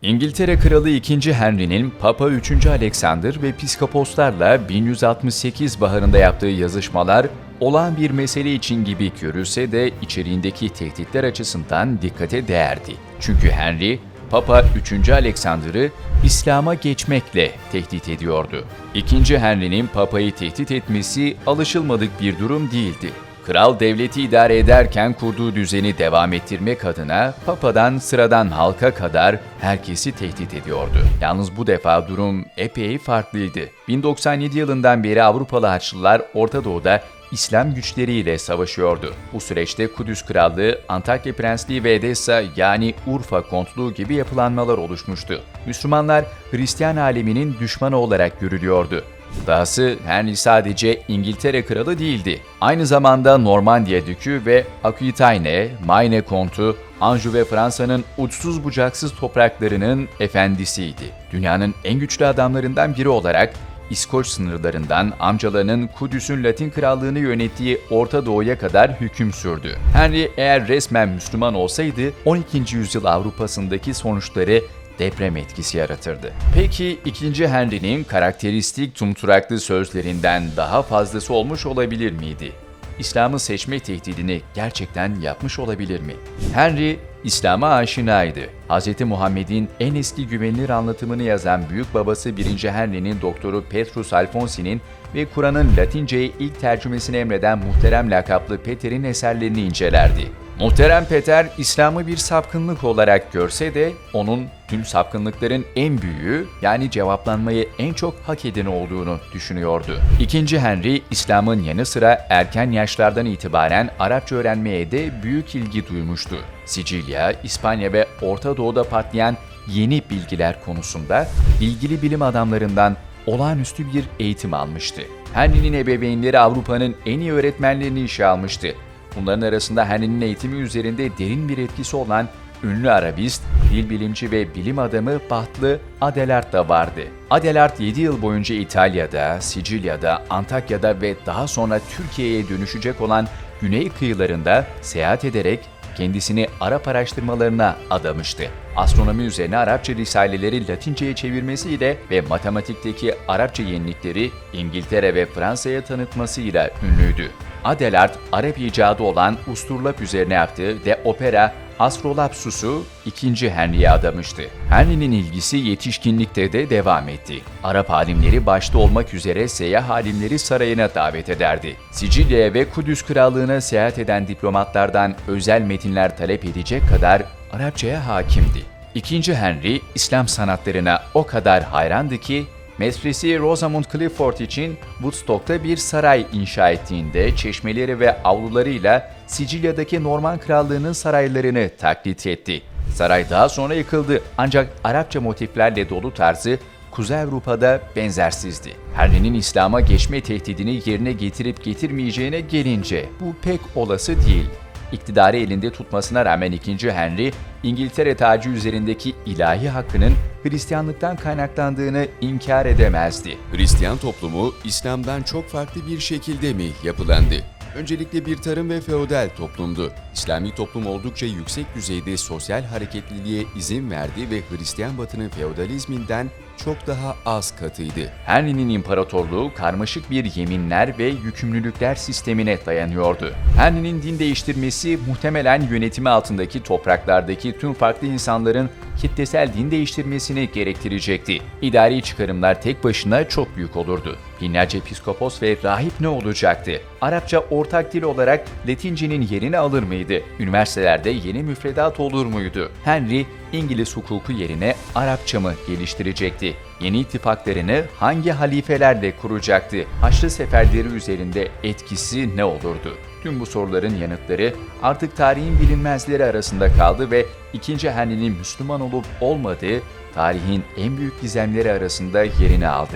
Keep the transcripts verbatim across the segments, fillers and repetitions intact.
İngiltere Kralı ikinci. Henry'nin Papa üçüncü. Alexander ve piskoposlarla bin yüz altmış sekiz baharında yaptığı yazışmalar olağan bir mesele için gibi görülse de içeriğindeki tehditler açısından dikkate değerdi. Çünkü Henry, Papa üçüncü. Alexander'ı İslam'a geçmekle tehdit ediyordu. ikinci. Henry'nin Papa'yı tehdit etmesi alışılmadık bir durum değildi. Kral devleti idare ederken kurduğu düzeni devam ettirmek adına Papa'dan sıradan halka kadar herkesi tehdit ediyordu. Yalnız bu defa durum epey farklıydı. bin doksan yedi yılından beri Avrupalı Haçlılar Orta Doğu'da İslam güçleriyle savaşıyordu. Bu süreçte Kudüs Krallığı, Antakya Prensliği ve Edessa yani Urfa Kontluğu gibi yapılanmalar oluşmuştu. Müslümanlar Hristiyan aleminin düşmanı olarak görülüyordu. Dahası Henry sadece İngiltere kralı değildi. Aynı zamanda Normandiya dükü ve Aquitaine, Maine kontu, Anjou ve Fransa'nın uçsuz bucaksız topraklarının efendisiydi. Dünyanın en güçlü adamlarından biri olarak İskoç sınırlarından amcalarının Kudüs'ün Latin krallığını yönettiği Orta Doğu'ya kadar hüküm sürdü. Henry eğer resmen Müslüman olsaydı on ikinci yüzyıl Avrupa'sındaki sonuçları deprem etkisi yaratırdı. Peki ikinci. Henry'nin karakteristik tumturaklı sözlerinden daha fazlası olmuş olabilir miydi? İslam'ı seçme tehdidini gerçekten yapmış olabilir mi? Henry, İslam'a aşinaydı. Hz. Muhammed'in en eski güvenilir anlatımını yazan büyük babası birinci. Henry'nin doktoru Petrus Alfonsi'nin ve Kur'an'ın Latince'ye ilk tercümesini emreden Muhterem lakaplı Peter'in eserlerini incelerdi. Muhterem Peter, İslam'ı bir sapkınlık olarak görse de onun tüm sapkınlıkların en büyüğü yani cevaplanmayı en çok hak eden olduğunu düşünüyordu. ikinci. Henry, İslam'ın yanı sıra erken yaşlardan itibaren Arapça öğrenmeye de büyük ilgi duymuştu. Sicilya, İspanya ve Orta Doğu'da patlayan yeni bilgiler konusunda bilgili bilim adamlarından olağanüstü bir eğitim almıştı. Henry'nin ebeveynleri Avrupa'nın en iyi öğretmenlerini işe almıştı. Bunların arasında Henry'nin eğitimi üzerinde derin bir etkisi olan ünlü Arabist, dil bilimci ve bilim adamı Bahtlı Adelard da vardı. Adelard yedi yıl boyunca İtalya'da, Sicilya'da, Antakya'da ve daha sonra Türkiye'ye dönüşecek olan güney kıyılarında seyahat ederek kendisini Arap araştırmalarına adamıştı. Astronomi üzerine Arapça risaleleri Latince'ye çevirmesiyle ve matematikteki Arapça yenilikleri İngiltere ve Fransa'ya tanıtmasıyla ünlüydü. Adelard, Arap icadı olan usturlap üzerine yaptığı De Opera Astrolapsus'u ikinci. Henry'ye adamıştı. Henry'nin ilgisi yetişkinlikte de devam etti. Arap alimleri başta olmak üzere seyyah alimleri sarayına davet ederdi. Sicilya'ya ve Kudüs Krallığı'na seyahat eden diplomatlardan özel metinler talep edecek kadar Arapçaya hakimdi. ikinci. Henry, İslam sanatlarına o kadar hayrandı ki, Mesresi Rosamund Clifford için Woodstock'ta bir saray inşa ettiğinde çeşmeleri ve avlularıyla Sicilya'daki Norman Krallığı'nın saraylarını taklit etti. Saray daha sonra yıkıldı ancak Arapça motiflerle dolu tarzı Kuzey Avrupa'da benzersizdi. Henry'nin İslam'a geçme tehdidini yerine getirip getirmeyeceğine gelince bu pek olası değil. İktidarı elinde tutmasına rağmen ikinci. Henry, İngiltere tacı üzerindeki ilahi hakkının Hristiyanlıktan kaynaklandığını inkar edemezdi. Hristiyan toplumu İslam'dan çok farklı bir şekilde mi yapılandı? Öncelikle bir tarım ve feodal toplumdu. İslami toplum oldukça yüksek düzeyde sosyal hareketliliğe izin verdi ve Hristiyan Batı'nın feodalizminden çok daha az katıydı. Henry'nin imparatorluğu karmaşık bir yeminler ve yükümlülükler sistemine dayanıyordu. Henry'nin din değiştirmesi muhtemelen yönetimi altındaki topraklardaki tüm farklı insanların kitlesel din değiştirmesini gerektirecekti. İdari çıkarımlar tek başına çok büyük olurdu. Binlerce piskopos ve rahip ne olacaktı? Arapça ortak dil olarak Latince'nin yerini alır mıydı? Üniversitelerde yeni müfredat olur muydu? Henry, İngiliz hukuku yerine Arapça mı geliştirecekti? Yeni ittifaklarını hangi halifelerle kuracaktı? Haçlı seferleri üzerinde etkisi ne olurdu? Tüm bu soruların yanıtları artık tarihin bilinmezleri arasında kaldı ve ikinci. Henry'nin Müslüman olup olmadığı tarihin en büyük gizemleri arasında yerini aldı.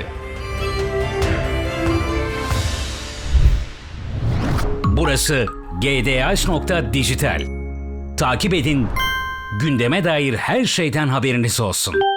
Burası G D H nokta Dijital. Takip edin, gündeme dair her şeyden haberiniz olsun.